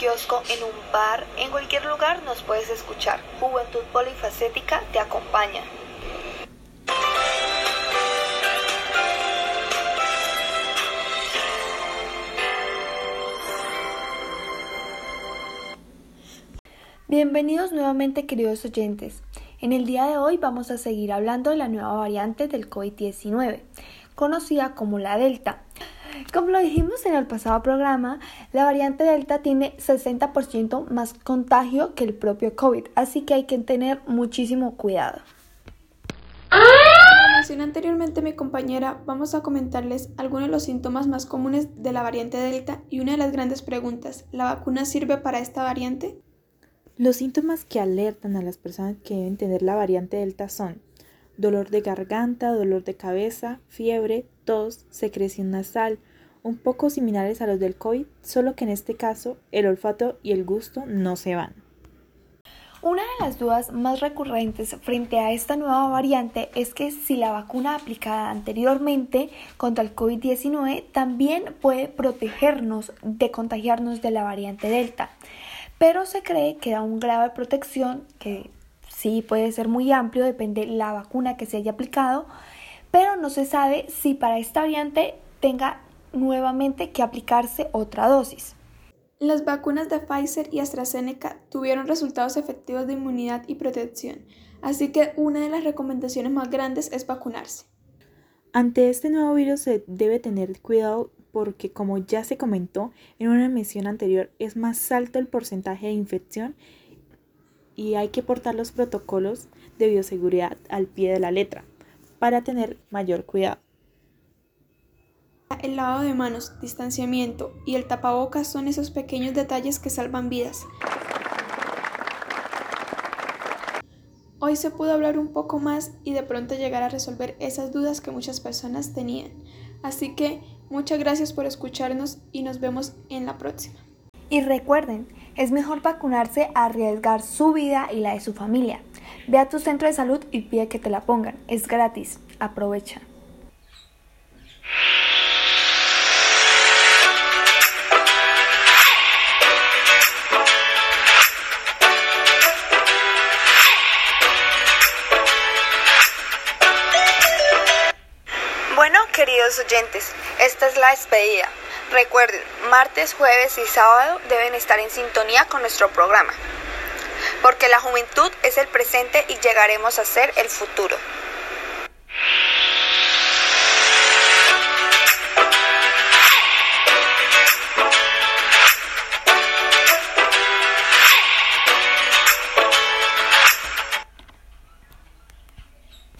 kiosco, en un bar, en cualquier lugar nos puedes escuchar. Juventud Polifacética te acompaña. Bienvenidos nuevamente, queridos oyentes. En el día de hoy vamos a seguir hablando de la nueva variante del COVID-19, conocida como la Delta. Como lo dijimos en el pasado programa, la variante Delta tiene 60% más contagio que el propio COVID, así que hay que tener muchísimo cuidado. Como mencioné anteriormente mi compañera, vamos a comentarles algunos de los síntomas más comunes de la variante Delta y una de las grandes preguntas: ¿la vacuna sirve para esta variante? Los síntomas que alertan a las personas que deben tener la variante Delta son dolor de garganta, dolor de cabeza, fiebre, tos, secreción nasal, un poco similares a los del COVID, solo que en este caso el olfato y el gusto no se van. Una de las dudas más recurrentes frente a esta nueva variante es que si la vacuna aplicada anteriormente contra el COVID-19 también puede protegernos de contagiarnos de la variante Delta. Pero se cree que da un grado de protección que sí puede ser muy amplio, depende de la vacuna que se haya aplicado, pero no se sabe si para esta variante tenga nuevamente que aplicarse otra dosis. Las vacunas de Pfizer y AstraZeneca tuvieron resultados efectivos de inmunidad y protección, así que una de las recomendaciones más grandes es vacunarse. Ante este nuevo virus se debe tener cuidado porque, como ya se comentó en una emisión anterior, es más alto el porcentaje de infección y hay que portar los protocolos de bioseguridad al pie de la letra para tener mayor cuidado. El lavado de manos, distanciamiento y el tapabocas son esos pequeños detalles que salvan vidas. Hoy se pudo hablar un poco más y de pronto llegar a resolver esas dudas que muchas personas tenían. Así que muchas gracias por escucharnos y nos vemos en la próxima. Y recuerden, es mejor vacunarse a arriesgar su vida y la de su familia. Ve a tu centro de salud y pide que te la pongan. Es gratis. Aprovecha. Bueno, queridos oyentes, esta es la despedida. Recuerden, martes, jueves y sábado deben estar en sintonía con nuestro programa, porque la juventud es el presente y llegaremos a ser el futuro.